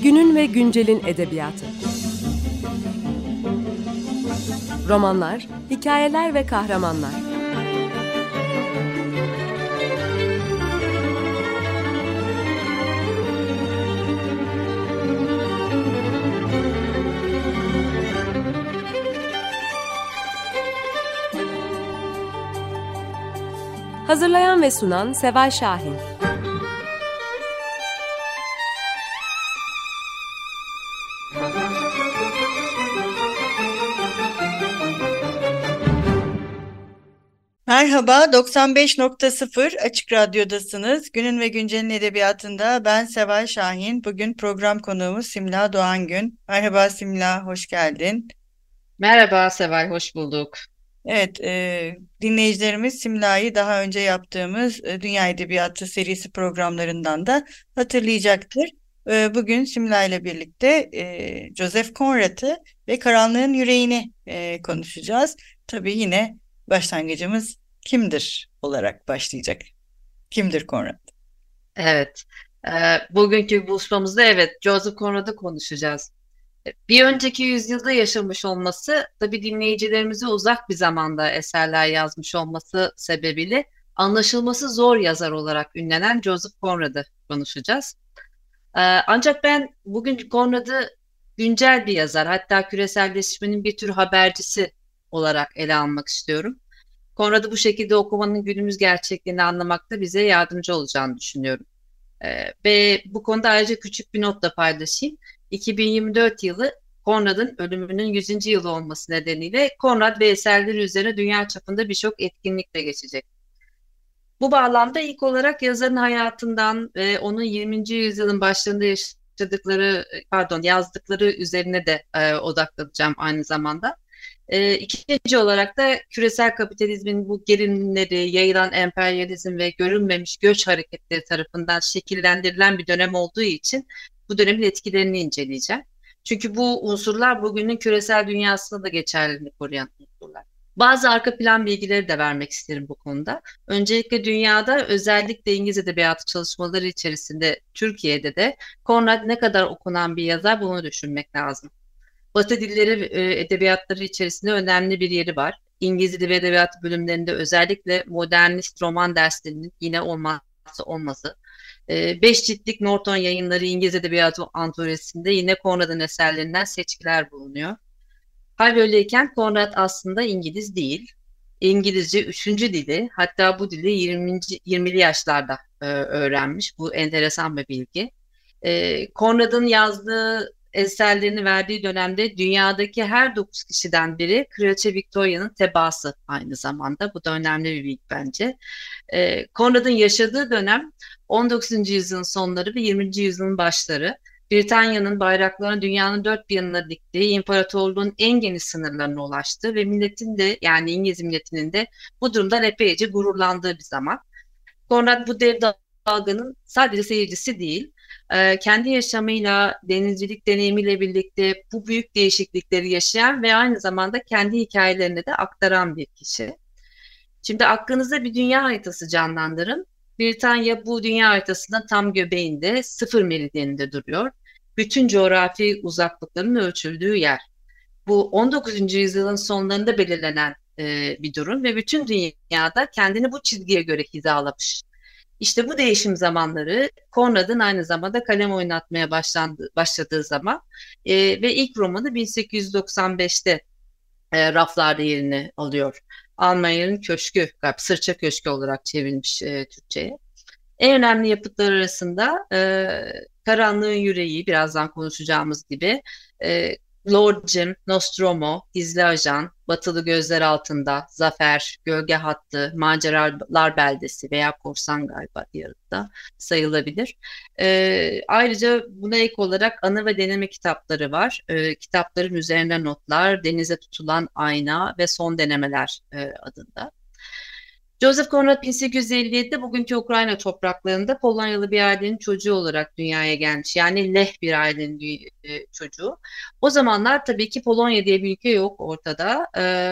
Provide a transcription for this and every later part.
Günün ve güncelin edebiyatı. Romanlar, hikayeler ve kahramanlar. Hazırlayan ve sunan Seval Şahin. Merhaba, 95.0 Açık Radyo'dasınız. Günün ve Güncel'in edebiyatında ben Seval Şahin. Bugün program konuğumuz Simla Doğangün. Merhaba Simla, hoş geldin. Merhaba Seval, hoş bulduk. Evet, dinleyicilerimiz Simla'yı daha önce yaptığımız Dünya Edebiyatı serisi programlarından da hatırlayacaktır. Bugün Simla ile birlikte Joseph Conrad'ı ve Karanlığın Yüreğini konuşacağız. Tabii yine başlangıcımız kimdir olarak başlayacak. Kimdir Conrad? Evet, bugünkü buluşmamızda Joseph Conrad'ı konuşacağız. Bir önceki yüzyılda yaşamış olması, tabii dinleyicilerimize uzak bir zamanda eserler yazmış olması sebebiyle anlaşılması zor yazar olarak ünlenen Joseph Conrad'ı konuşacağız. Ancak ben bugün Conrad'ı güncel bir yazar, hatta küreselleşmenin bir tür habercisi olarak ele almak istiyorum. Konrad'ı bu şekilde okumanın günümüz gerçekliğini anlamakta bize yardımcı olacağını düşünüyorum. Ve bu konuda ayrıca küçük bir not da paylaşayım. 2024 yılı Konrad'ın ölümünün 100. yılı olması nedeniyle Konrad ve eserleri üzerine dünya çapında birçok etkinlikle geçecek. Bu bağlamda ilk olarak yazarın hayatından ve onun 20. yüzyılın başlarında yazdıkları üzerine de odaklanacağım aynı zamanda. İkinci olarak da küresel kapitalizmin bu gerilimleri, yayılan emperyalizm ve görülmemiş göç hareketleri tarafından şekillendirilen bir dönem olduğu için bu dönemin etkilerini inceleyeceğim. Çünkü bu unsurlar bugünün küresel dünyasında da geçerliliğini koruyan unsurlar. Bazı arka plan bilgileri de vermek isterim bu konuda. Öncelikle dünyada, özellikle İngiliz edebiyatı çalışmaları içerisinde Türkiye'de de Conrad ne kadar okunan bir yazar, bunu düşünmek lazım. Batı dilleri edebiyatları içerisinde önemli bir yeri var. İngiliz Dili ve Edebiyatı bölümlerinde özellikle modernist roman derslerinin yine olmazsa olmazı. 5 ciltlik Norton Yayınları İngiliz Edebiyatı antolojisinde yine Conrad'ın eserlerinden seçkiler bulunuyor. Hal böyleyken Conrad aslında İngiliz değil. İngilizce 3. dili, hatta bu dili 20'li yaşlarda öğrenmiş. Bu enteresan bir bilgi. Conrad'ın yazdığı eserlerini verdiği dönemde dünyadaki her 9 kişiden biri Kraliçe Victoria'nın tebaası aynı zamanda. Bu da önemli bir bilgi bence. Conrad'ın yaşadığı dönem 19. yüzyılın sonları ve 20. yüzyılın başları. Britanya'nın bayraklarını dünyanın dört bir yanına diktiği, imparatorluğun en geniş sınırlarına ulaştığı ve milletin de, yani İngiliz milletinin de bu durumdan epeyce gururlandığı bir zaman. Conrad bu dev dalganın sadece seyircisi değil, kendi yaşamıyla, denizcilik deneyimiyle birlikte bu büyük değişiklikleri yaşayan ve aynı zamanda kendi hikayelerini de aktaran bir kişi. Şimdi aklınızda bir dünya haritası canlandırın. Britanya bu dünya haritasının tam göbeğinde, sıfır meridyeninde duruyor. Bütün coğrafi uzaklıkların ölçüldüğü yer. Bu 19. yüzyılın sonlarında belirlenen bir durum ve bütün dünyada kendini bu çizgiye göre hizalamış. İşte bu değişim zamanları Conrad'ın aynı zamanda kalem oynatmaya başladığı zaman ve ilk romanı 1895'te raflarda yerini alıyor. Almanya'nın Köşkü, galiba Sırça Köşkü olarak çevrilmiş Türkçe'ye. En önemli yapıtlar arasında Karanlığın Yüreği, birazdan konuşacağımız gibi, Lord Jim, Nostromo, Gizli Ajan, Batılı Gözler Altında, Zafer, Gölge Hattı, Maceralar Beldesi veya Korsan galiba yarıda sayılabilir. Ayrıca buna ek olarak anı ve deneme kitapları var. Kitapların üzerinde notlar, Denize Tutulan Ayna ve Son Denemeler adında. Joseph Conrad 1857'de bugünkü Ukrayna topraklarında Polonyalı bir ailenin çocuğu olarak dünyaya gelmiş. Yani Leh bir ailenin çocuğu. O zamanlar tabii ki Polonya diye bir ülke yok ortada.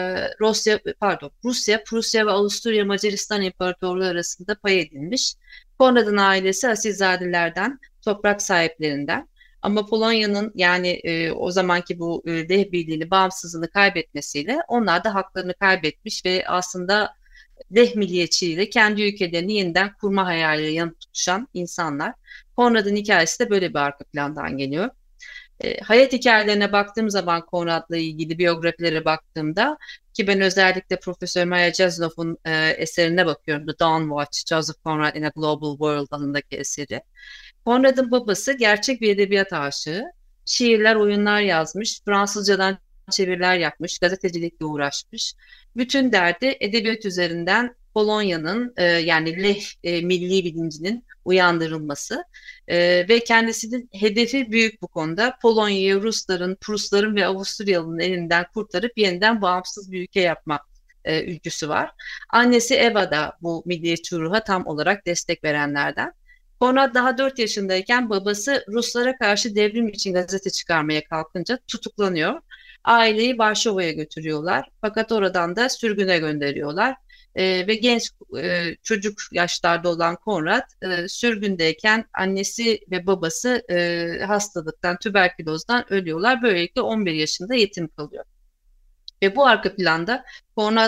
Rusya, Prusya ve Avusturya Macaristan İmparatorluğu arasında pay edilmiş. Conrad'ın ailesi asilzadelerden, toprak sahiplerinden. Ama Polonya'nın yani o zamanki bu Leh Birliği'ni, bağımsızlığını kaybetmesiyle onlar da haklarını kaybetmiş ve aslında Leh milliyetçiliğiyle kendi ülkelerini yeniden kurma hayaliyle yanıp tutuşan insanlar. Konrad'ın hikayesi de böyle bir arka plandan geliyor. Hayat hikayelerine baktığım zaman Konrad'la ilgili biyografilere baktığımda ki ben özellikle Profesör Maya Jaslov'un eserine bakıyorum. The Dawn Watch, Joseph Conrad in a Global World adındaki eseri. Konrad'ın babası gerçek bir edebiyat aşığı. Şiirler, oyunlar yazmış, Fransızcadan çeviriler yapmış, gazetecilikle uğraşmış. Bütün derdi edebiyat üzerinden Polonya'nın yani Leh milli bilincinin uyandırılması. Ve kendisinin hedefi büyük bu konuda. Polonya'yı Rusların, Prusların ve Avusturyalıların elinden kurtarıp yeniden bağımsız bir ülke yapma ülküsü var. Annesi Eva da bu milliyetçi ruha tam olarak destek verenlerden. Konrad daha 4 yaşındayken babası Ruslara karşı devrim için gazete çıkarmaya kalkınca tutuklanıyor. Aileyi Varşova'ya götürüyorlar. Fakat oradan da sürgüne gönderiyorlar. Ve genç çocuk yaşlarda olan Konrad sürgündeyken annesi ve babası hastalıktan, tüberkülozdan ölüyorlar. Böylelikle 11 yaşında yetim kalıyor. Ve bu arka planda Konrad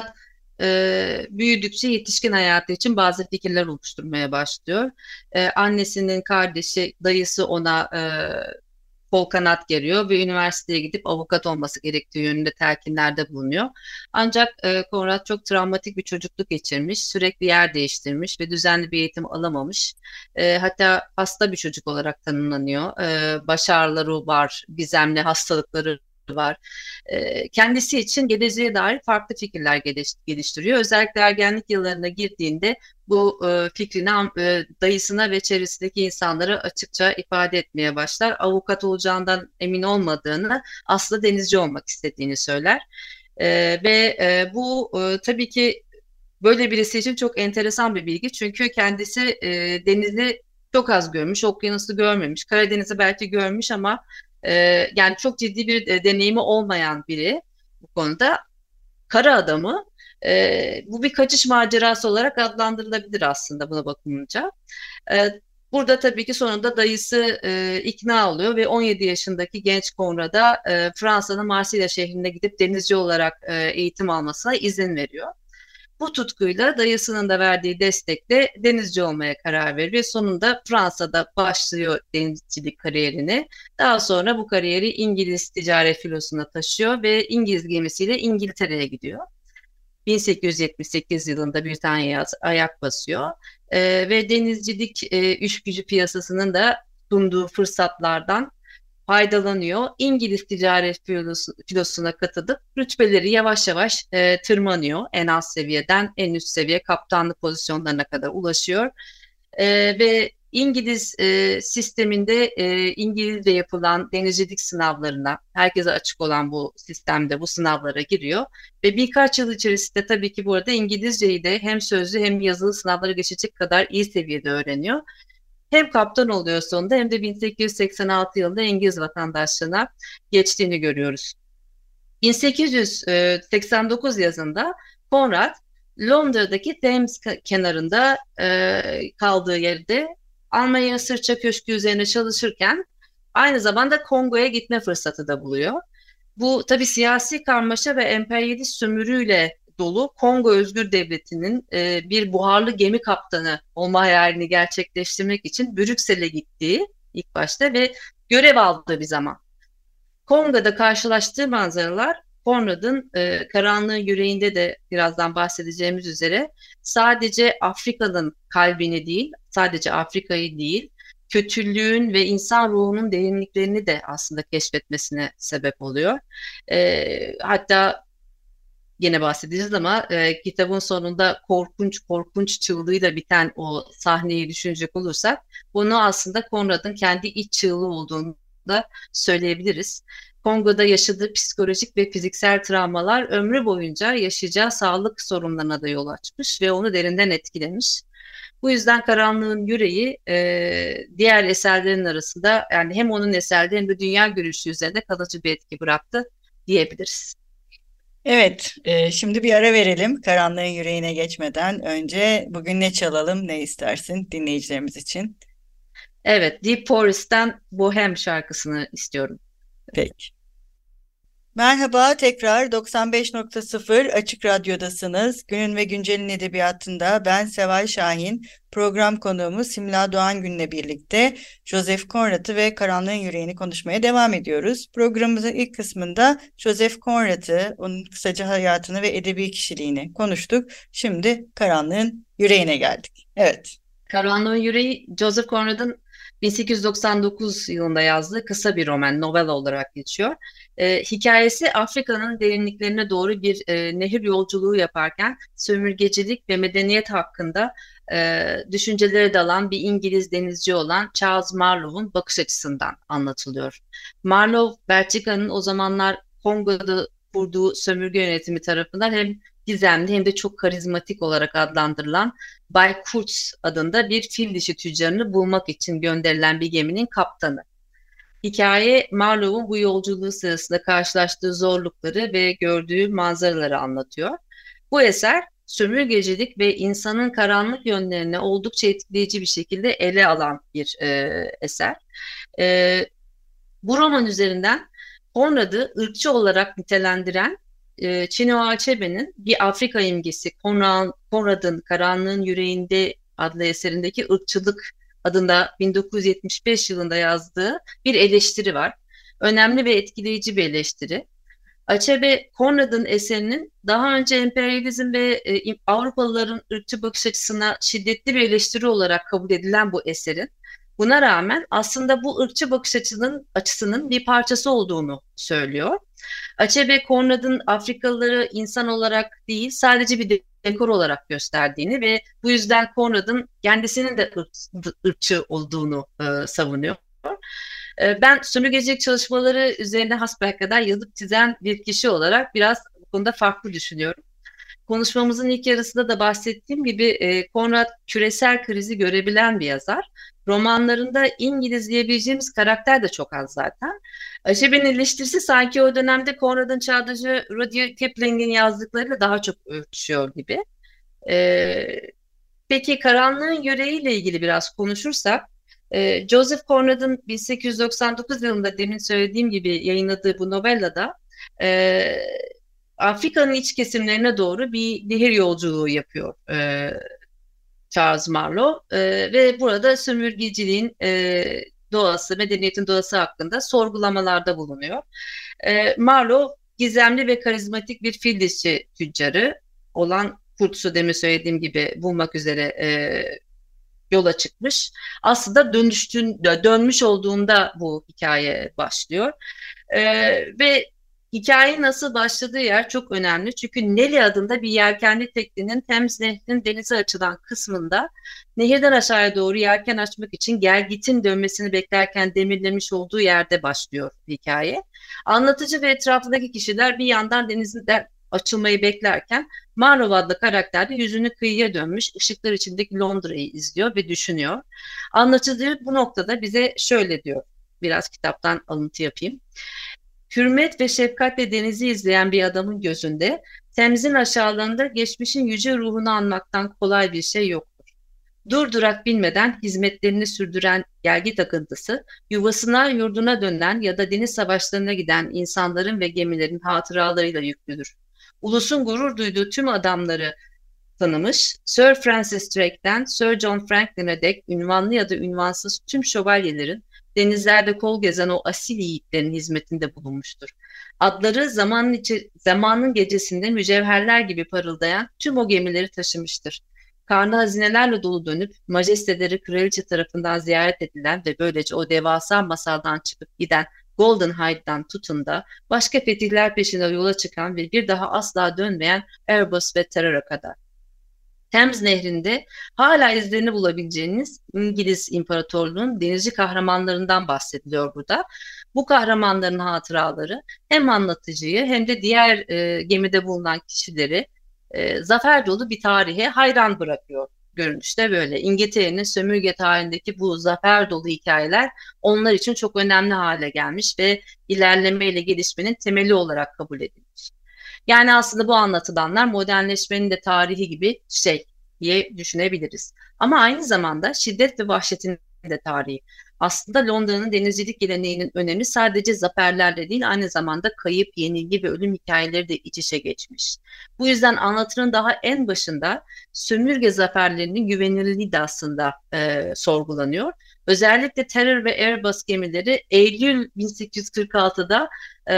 büyüdükçe yetişkin hayatı için bazı fikirler oluşturmaya başlıyor. Annesinin kardeşi, dayısı ona kol kanat geriyor ve üniversiteye gidip avukat olması gerektiği yönünde telkinlerde bulunuyor. Ancak Konrad çok travmatik bir çocukluk geçirmiş, sürekli yer değiştirmiş ve düzenli bir eğitim alamamış. Hatta hasta bir çocuk olarak tanımlanıyor. Baş ağrıları var, gizemli hastalıkları var. Kendisi için geleceğe dair farklı fikirler geliştiriyor. Özellikle ergenlik yıllarına girdiğinde bu fikrini dayısına ve çevresindeki insanlara açıkça ifade etmeye başlar. Avukat olacağından emin olmadığını, aslında denizci olmak istediğini söyler. Bu tabii ki böyle birisi için çok enteresan bir bilgi. Çünkü kendisi denizi çok az görmüş, okyanusu görmemiş. Karadeniz'i belki görmüş ama yani çok ciddi bir deneyimi olmayan biri bu konuda. Kara adamı. Bu bir kaçış macerası olarak adlandırılabilir aslında buna bakılınca. Burada tabii ki sonunda dayısı ikna oluyor ve 17 yaşındaki genç Konrad'a Fransa'nın Marsilya şehrine gidip denizci olarak eğitim almasına izin veriyor. Bu tutkuyla dayısının da verdiği destekle denizci olmaya karar veriyor ve sonunda Fransa'da başlıyor denizcilik kariyerini. Daha sonra bu kariyeri İngiliz ticaret filosuna taşıyor ve İngiliz gemisiyle İngiltere'ye gidiyor. 1878 yılında Britanya'ya ayak basıyor ve denizcilik iş gücü piyasasının da sunduğu fırsatlardan faydalanıyor. İngiliz ticaret filosuna katılıp rütbeleri yavaş yavaş tırmanıyor. En alt seviyeden en üst seviye kaptanlık pozisyonlarına kadar ulaşıyor. Ve İngiliz sisteminde İngilizce yapılan denizcilik sınavlarına, herkese açık olan bu sistemde bu sınavlara giriyor. Ve birkaç yıl içerisinde tabii ki burada İngilizceyi de hem sözlü hem yazılı sınavlara geçecek kadar iyi seviyede öğreniyor. Hem kaptan oluyor sonunda hem de 1886 yılında İngiliz vatandaşlığına geçtiğini görüyoruz. 1889 yazında Konrad Londra'daki Thames kenarında kaldığı yerde Almanya Sırça Köşkü üzerine çalışırken aynı zamanda Kongo'ya gitme fırsatı da buluyor. Bu tabii siyasi karmaşa ve emperyalist sömürüyle dolu Kongo Özgür Devleti'nin bir buharlı gemi kaptanı olma hayalini gerçekleştirmek için Brüksel'e gittiği ilk başta ve görev aldığı bir zaman. Kongo'da karşılaştığı manzaralar Konrad'ın karanlığın yüreğinde de birazdan bahsedeceğimiz üzere sadece Afrika'nın kalbini değil, sadece Afrika'yı değil, kötülüğün ve insan ruhunun derinliklerini de aslında keşfetmesine sebep oluyor. Hatta yine bahsedeceğiz ama kitabın sonunda korkunç çığlığıyla biten o sahneyi düşünecek olursak bunu aslında Konrad'ın kendi iç çığlığı olduğunu da söyleyebiliriz. Kongo'da yaşadığı psikolojik ve fiziksel travmalar ömrü boyunca yaşayacağı sağlık sorunlarına da yol açmış ve onu derinden etkilemiş. Bu yüzden Karanlığın Yüreği diğer eserlerin arasında yani hem onun eserleri hem de dünya görüşü üzerinde kalıcı bir etki bıraktı diyebiliriz. Evet, şimdi bir ara verelim. Karanlığın Yüreğine geçmeden önce bugün ne çalalım, ne istersin dinleyicilerimiz için? Evet, Deep Forest'ten Bohem şarkısını istiyorum. Peki. Merhaba, tekrar 95.0 Açık Radyo'dasınız. Günün ve Güncel'in edebiyatında ben Seval Şahin, program konuğumuz Simla Doğan Gün'le birlikte Joseph Conrad'ı ve Karanlığın Yüreğini konuşmaya devam ediyoruz. Programımızın ilk kısmında Joseph Conrad'ı, onun kısaca hayatını ve edebi kişiliğini konuştuk. Şimdi Karanlığın Yüreğine geldik. Evet. Karanlığın Yüreği, Joseph Conrad'ın 1899 yılında yazdığı kısa bir roman, novella olarak geçiyor. Hikayesi Afrika'nın derinliklerine doğru bir nehir yolculuğu yaparken sömürgecilik ve medeniyet hakkında düşüncelere dalan bir İngiliz denizci olan Charles Marlowe'un bakış açısından anlatılıyor. Marlowe, Belçika'nın o zamanlar Kongo'da kurduğu sömürge yönetimi tarafından hem gizemli hem de çok karizmatik olarak adlandırılan Bay Kurtz adında bir fil dişi tüccarını bulmak için gönderilen bir geminin kaptanı. Hikaye, Marlowe'un bu yolculuğu sırasında karşılaştığı zorlukları ve gördüğü manzaraları anlatıyor. Bu eser, sömürgecilik ve insanın karanlık yönlerini oldukça etkileyici bir şekilde ele alan bir eser. Bu roman üzerinden Conrad'ı ırkçı olarak nitelendiren Chinua Achebe'nin bir Afrika imgesi Conrad'ın Karanlığın Yüreğinde adlı eserindeki ırkçılık adında 1975 yılında yazdığı bir eleştiri var. Önemli ve etkileyici bir eleştiri. Achebe, Conrad'ın eserinin daha önce emperyalizm ve Avrupalıların ırkçı bakış açısına şiddetli bir eleştiri olarak kabul edilen bu eserin, buna rağmen aslında bu ırkçı bakış açısının bir parçası olduğunu söylüyor. Achebe, Conrad'ın Afrikalıları insan olarak değil sadece bir dekor olarak gösterdiğini ve bu yüzden Conrad'ın kendisinin de ırkçı olduğunu savunuyor. Ben sömürgecilik çalışmaları üzerine hasbelkader yazıp çizen bir kişi olarak biraz bu konuda farklı düşünüyorum. Konuşmamızın ilk yarısında da bahsettiğim gibi Conrad küresel krizi görebilen bir yazar. Romanlarında İngiliz diyebileceğimiz karakter de çok az zaten. Achebe'nin eleştirisi sanki o dönemde Conrad'ın çağdaşı Rudyard Kipling'in yazdıklarıyla daha çok örtüşüyor gibi. Peki Karanlığın Yüreğiyle ilgili biraz konuşursak, Joseph Conrad'ın 1899 yılında demin söylediğim gibi yayınladığı bu novellada Afrika'nın iç kesimlerine doğru bir nehir yolculuğu yapıyor Charles Marlowe ve burada sömürgeciliğin doğası, medeniyetin doğası hakkında sorgulamalarda bulunuyor. Marlowe gizemli ve karizmatik bir fil dişi tüccarı olan Kurtz'u demin söylediğim gibi bulmak üzere yola çıkmış. Aslında dönmüş olduğunda bu hikaye başlıyor. Ve hikaye nasıl başladığı yer çok önemli. Çünkü Nelly adında bir yelkenli teknenin Thames Nehri'nin denize açılan kısmında nehirden aşağıya doğru yelken açmak için gelgitin dönmesini beklerken demirlemiş olduğu yerde başlıyor hikaye. Anlatıcı ve etrafındaki kişiler bir yandan denizden açılmayı beklerken Marlowe adlı karakter de yüzünü kıyıya dönmüş ışıklar içindeki Londra'yı izliyor ve düşünüyor. Anlatıcı bu noktada bize şöyle diyor. Biraz kitaptan alıntı yapayım. Hürmet ve şefkatle denizi izleyen bir adamın gözünde Temz'in aşağılarında geçmişin yüce ruhunu anmaktan kolay bir şey yoktur. Durdurak bilmeden hizmetlerini sürdüren gelgit akıntısı, yuvasına yurduna dönen ya da deniz savaşlarına giden insanların ve gemilerin hatıralarıyla yüklüdür. Ulusun gurur duyduğu tüm adamları tanımış, Sir Francis Drake'den Sir John Franklin'e dek ünvanlı ya da ünvansız tüm şövalyelerin denizlerde kol gezen o asil yiğitlerin hizmetinde bulunmuştur. Adları zamanın gecesinde mücevherler gibi parıldayan tüm o gemileri taşımıştır. Karnı hazinelerle dolu dönüp majesteleri kraliçe tarafından ziyaret edilen ve böylece o devasa masaldan çıkıp giden Golden Hide'dan tutun da başka fetihler peşine yola çıkan ve bir daha asla dönmeyen Erebus ve Terror'a kadar. Thames Nehri'nde hala izlerini bulabileceğiniz İngiliz İmparatorluğu'nun denizci kahramanlarından bahsediliyor burada. Bu kahramanların hatıraları hem anlatıcıyı hem de diğer gemide bulunan kişileri zafer dolu bir tarihe hayran bırakıyor. Görünüşte böyle. İngiltere'nin sömürge tarihindeki bu zafer dolu hikayeler onlar için çok önemli hale gelmiş ve ilerlemeyle gelişmenin temeli olarak kabul edilmiş. Yani aslında bu anlatılanlar modernleşmenin de tarihi gibi şey diye düşünebiliriz. Ama aynı zamanda şiddet ve vahşetin de tarihi. Aslında Londra'nın denizcilik geleneğinin önemi sadece zaferlerle değil, aynı zamanda kayıp, yenilgi ve ölüm hikayeleri de iç içe geçmiş. Bu yüzden anlatının daha en başında sömürge zaferlerinin güvenilirliği de aslında sorgulanıyor. Özellikle Terror ve Airbus gemileri Eylül 1846'da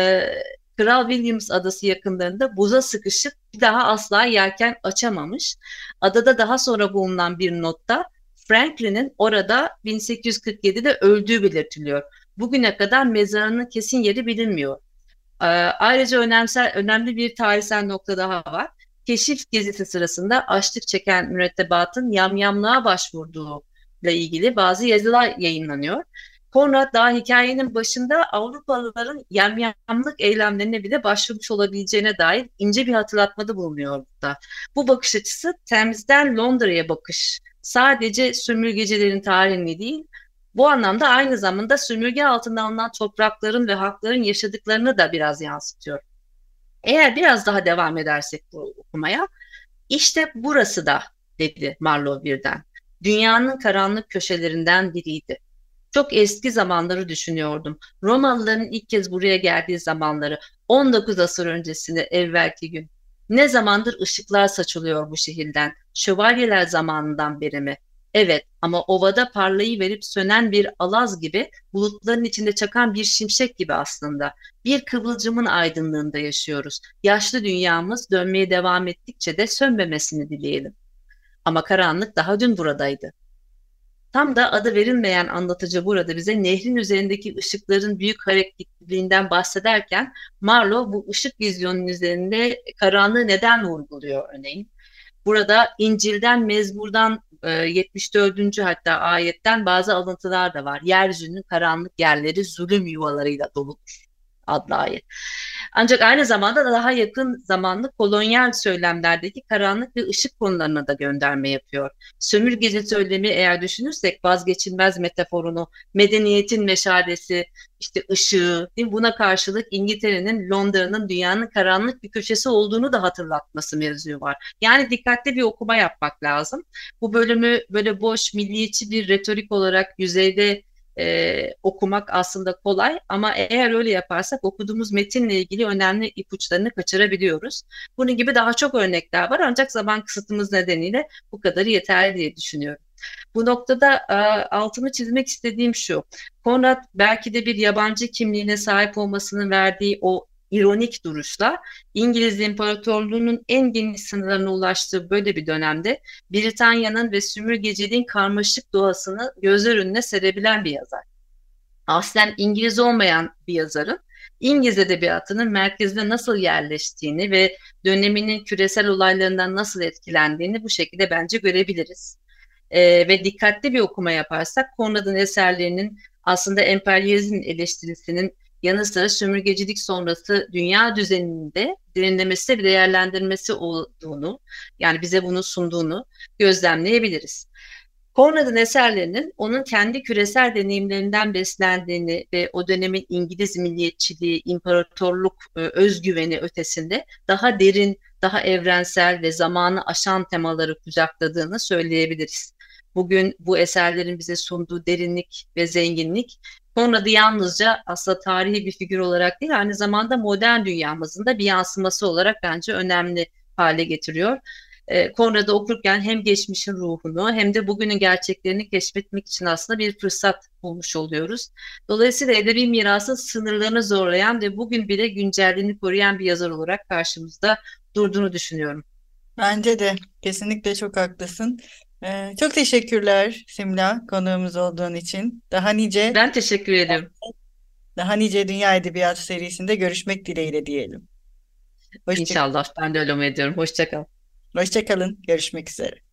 Kral Williams Adası yakınlarında buza sıkışıp bir daha asla yelken açamamış. Adada daha sonra bulunan bir notta Franklin'in orada 1847'de öldüğü belirtiliyor. Bugüne kadar mezarının kesin yeri bilinmiyor. Ayrıca önemli bir tarihsel nokta daha var. Keşif gezisi sırasında açlık çeken mürettebatın yamyamlığa başvurduğu ile ilgili bazı yazılar yayınlanıyor. Konrad daha hikayenin başında Avrupalıların yamyamlık eylemlerine bile başvurmuş olabileceğine dair ince bir hatırlatmada bulunuyor burada. Bu bakış açısı Tems'den Londra'ya bakış sadece sömürgecilerin tarihini değil, bu anlamda aynı zamanda sömürge altında alınan toprakların ve halkların yaşadıklarını da biraz yansıtıyor. Eğer biraz daha devam edersek bu okumaya, işte burası da dedi Marlowe birden. Dünyanın karanlık köşelerinden biriydi. Çok eski zamanları düşünüyordum. Romalıların ilk kez buraya geldiği zamanları, 19 asır öncesinde evvelki gün. Ne zamandır ışıklar saçılıyor bu şehirden? Şövalyeler zamanından beri mi? Evet, ama ovada parlayıverip sönen bir alaz gibi, bulutların içinde çakan bir şimşek gibi aslında. Bir kıvılcımın aydınlığında yaşıyoruz. Yaşlı dünyamız dönmeye devam ettikçe de sönmemesini dileyelim. Ama karanlık daha dün buradaydı. Tam da adı verilmeyen anlatıcı burada bize nehrin üzerindeki ışıkların büyük hareketliliğinden bahsederken Marlowe bu ışık vizyonunun üzerinde karanlığı neden vurguluyor örneğin? Burada İncil'den, Mezmur'dan 74. hatta ayetten bazı alıntılar da var. Yeryüzünün karanlık yerleri zulüm yuvalarıyla doludur adlı ayet. Ancak aynı zamanda da daha yakın zamanlı kolonyal söylemlerdeki karanlık ve ışık konularına da gönderme yapıyor. Sömürgeci söylemi eğer düşünürsek vazgeçilmez metaforunu, medeniyetin meşalesi, işte ışığı, değil mi? Buna karşılık İngiltere'nin, Londra'nın dünyanın karanlık bir köşesi olduğunu da hatırlatması mevzu var. Yani dikkatli bir okuma yapmak lazım. Bu bölümü böyle boş, milliyetçi bir retorik olarak yüzeyde okumak aslında kolay ama eğer öyle yaparsak okuduğumuz metinle ilgili önemli ipuçlarını kaçırabiliyoruz. Bunun gibi daha çok örnekler var ancak zaman kısıtımız nedeniyle bu kadarı yeterli diye düşünüyorum. Bu noktada altını çizmek istediğim şu. Konrad belki de bir yabancı kimliğine sahip olmasının verdiği o ironik duruşla İngiliz İmparatorluğu'nun en geniş sınırlarına ulaştığı böyle bir dönemde Britanya'nın ve sömürgeciliğin karmaşık doğasını gözler önüne serebilen bir yazar. Aslen İngiliz olmayan bir yazarın İngiliz edebiyatının merkezine nasıl yerleştiğini ve döneminin küresel olaylarından nasıl etkilendiğini bu şekilde bence görebiliriz. Ve dikkatli bir okuma yaparsak Konrad'ın eserlerinin aslında emperyalizm eleştirisinin yanı sıra sömürgecilik sonrası dünya düzeninde derinlemesi ve değerlendirmesi olduğunu, yani bize bunu sunduğunu gözlemleyebiliriz. Konrad'ın eserlerinin onun kendi küresel deneyimlerinden beslendiğini ve o dönemin İngiliz milliyetçiliği, imparatorluk özgüveni ötesinde daha derin, daha evrensel ve zamanı aşan temaları kucakladığını söyleyebiliriz. Bugün bu eserlerin bize sunduğu derinlik ve zenginlik Konrad'ı yalnızca aslında tarihi bir figür olarak değil, aynı zamanda modern dünyamızın da bir yansıması olarak bence önemli hale getiriyor. Konrad'ı okurken hem geçmişin ruhunu hem de bugünün gerçeklerini keşfetmek için aslında bir fırsat bulmuş oluyoruz. Dolayısıyla edebi mirasın sınırlarını zorlayan ve bugün bile güncelliğini koruyan bir yazar olarak karşımızda durduğunu düşünüyorum. Bence de kesinlikle çok haklısın. Çok teşekkürler Simla konuğumuz olduğun için. Ben teşekkür ediyorum. Daha nice Dünya Edebiyatı serisinde görüşmek dileğiyle diyelim. İnşallah ben de öyle umuyorum. Hoşça kal. Hoşça kalın. Görüşmek üzere.